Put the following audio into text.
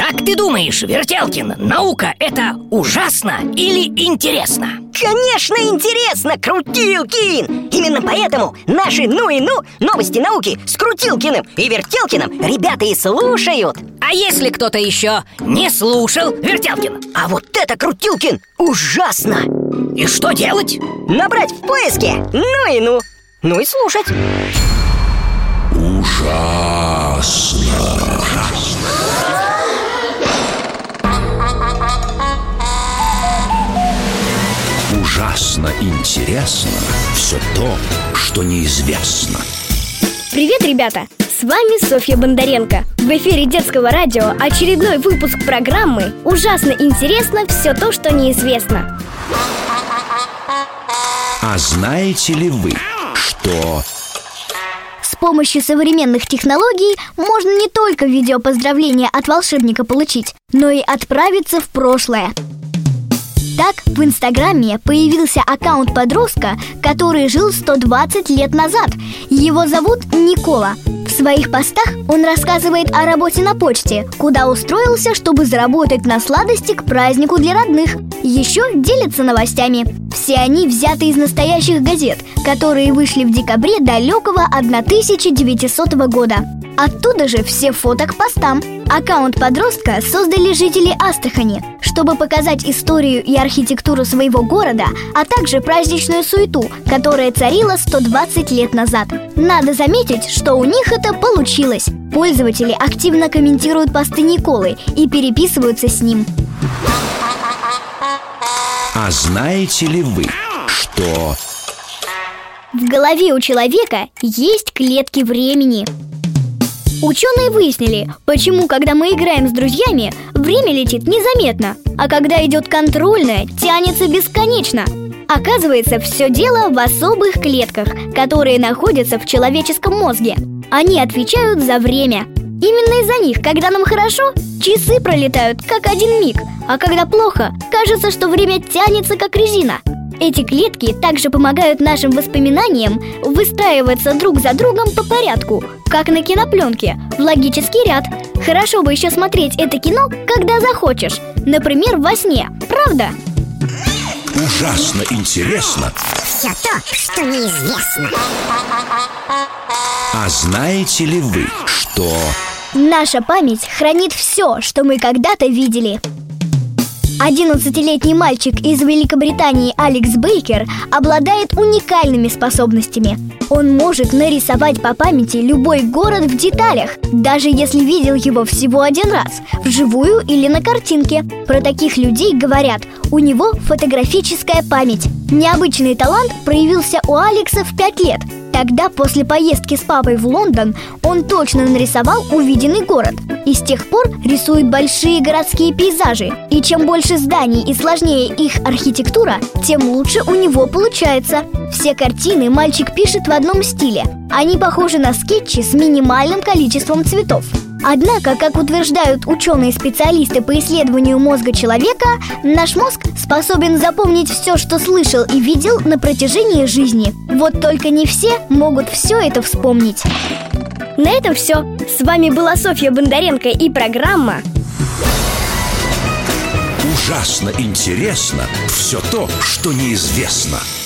Как ты думаешь, Вертелкин, наука — это ужасно или интересно? Конечно, интересно, Крутилкин! Именно поэтому наши «Ну и ну» новости науки с Крутилкиным и Вертелкиным ребята и слушают. А если кто-то еще не слушал Вертелкина? А вот это, Крутилкин, ужасно! И что делать? Набрать в поиске «Ну и ну», ну и слушать. Ужасно. Ужасно интересно все то, что неизвестно. Привет, ребята! С вами Софья Бондаренко. В эфире детского радио очередной выпуск программы «Ужасно интересно все то, что неизвестно». А знаете ли вы, что... С помощью современных технологий можно не только видеопоздравления от волшебника получить, но и отправиться в прошлое. Так, в Инстаграме появился аккаунт подростка, который жил 120 лет назад. Его зовут Никола. В своих постах он рассказывает о работе на почте, куда устроился, чтобы заработать на сладости к празднику для родных. Еще делится новостями. Все они взяты из настоящих газет, которые вышли в декабре далекого 1900 года. Оттуда же все фото к постам. Аккаунт подростка создали жители Астрахани, чтобы показать историю и архитектуру своего города, а также праздничную суету, которая царила 120 лет назад. Надо заметить, что у них это получилось. Пользователи активно комментируют посты Николы и переписываются с ним. А знаете ли вы, что... В голове у человека есть клетки времени. Ученые выяснили, почему, когда мы играем с друзьями, время летит незаметно, а когда идет контрольная, тянется бесконечно. Оказывается, все дело в особых клетках, которые находятся в человеческом мозге. Они отвечают за время. Именно из-за них, когда нам хорошо, часы пролетают как один миг, а когда плохо, кажется, что время тянется как резина. Эти клетки также помогают нашим воспоминаниям выстраиваться друг за другом по порядку, как на кинопленке, в логический ряд. Хорошо бы еще смотреть это кино, когда захочешь, например, во сне, правда? Ужасно интересно Все то, что неизвестно. А знаете ли вы, что... Наша память хранит все, что мы когда-то видели. 11-летний мальчик из Великобритании Алекс Бейкер обладает уникальными способностями. Он может нарисовать по памяти любой город в деталях, даже если видел его всего один раз, вживую или на картинке. Про таких людей говорят: у него фотографическая память. Необычный талант проявился у Алекса в 5 лет. Тогда, после поездки с папой в Лондон, он точно нарисовал увиденный город. И с тех пор рисует большие городские пейзажи. И чем больше зданий и сложнее их архитектура, тем лучше у него получается. Все картины мальчик пишет в одном стиле. Они похожи на скетчи с минимальным количеством цветов. Однако, как утверждают ученые-специалисты по исследованию мозга человека, наш мозг способен запомнить все, что слышал и видел на протяжении жизни. Вот только не все могут все это вспомнить. На этом все. С вами была Софья Бондаренко и программа Ужасно интересно все то, что неизвестно.